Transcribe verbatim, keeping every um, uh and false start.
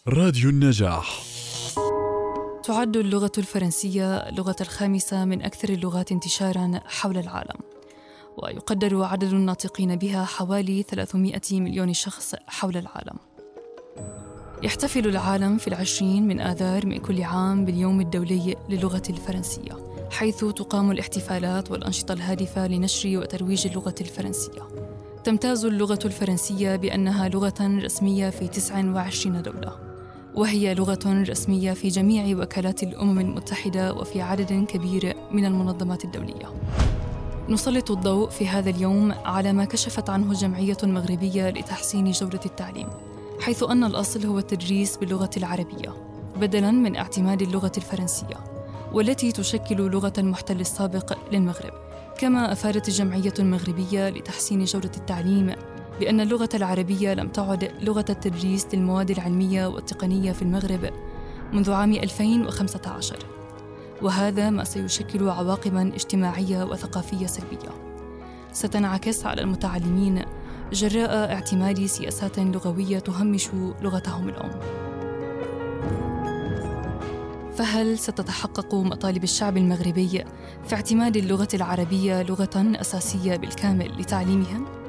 راديو النجاح. تعد اللغة الفرنسية اللغة الخامسة من أكثر اللغات انتشاراً حول العالم، ويقدر عدد الناطقين بها حوالي ثلاثمائة مليون شخص حول العالم. يحتفل العالم في العشرين من آذار من كل عام باليوم الدولي للغة الفرنسية، حيث تقام الاحتفالات والأنشطة الهادفة لنشر وترويج اللغة الفرنسية. تمتاز اللغة الفرنسية بأنها لغة رسمية في تسع وعشرين دولة، وهي لغة رسمية في جميع وكالات الأمم المتحدة وفي عدد كبير من المنظمات الدولية. نسلط الضوء في هذا اليوم على ما كشفت عنه جمعية مغربية لتحسين جودة التعليم، حيث أن الأصل هو التدريس باللغة العربية بدلاً من اعتماد اللغة الفرنسية، والتي تشكل لغة المحتل السابق للمغرب. كما أفادت الجمعية المغربية لتحسين جودة التعليم بأن اللغة العربية لم تعد لغة التدريس للمواد العلمية والتقنية في المغرب منذ عام ألفين وخمسة عشر، وهذا ما سيشكل عواقباً اجتماعية وثقافية سلبية ستنعكس على المتعلمين جراء اعتماد سياسات لغوية تهمش لغتهم الأم. فهل ستتحقق مطالب الشعب المغربي في اعتماد اللغة العربية لغة أساسية بالكامل لتعليمهم؟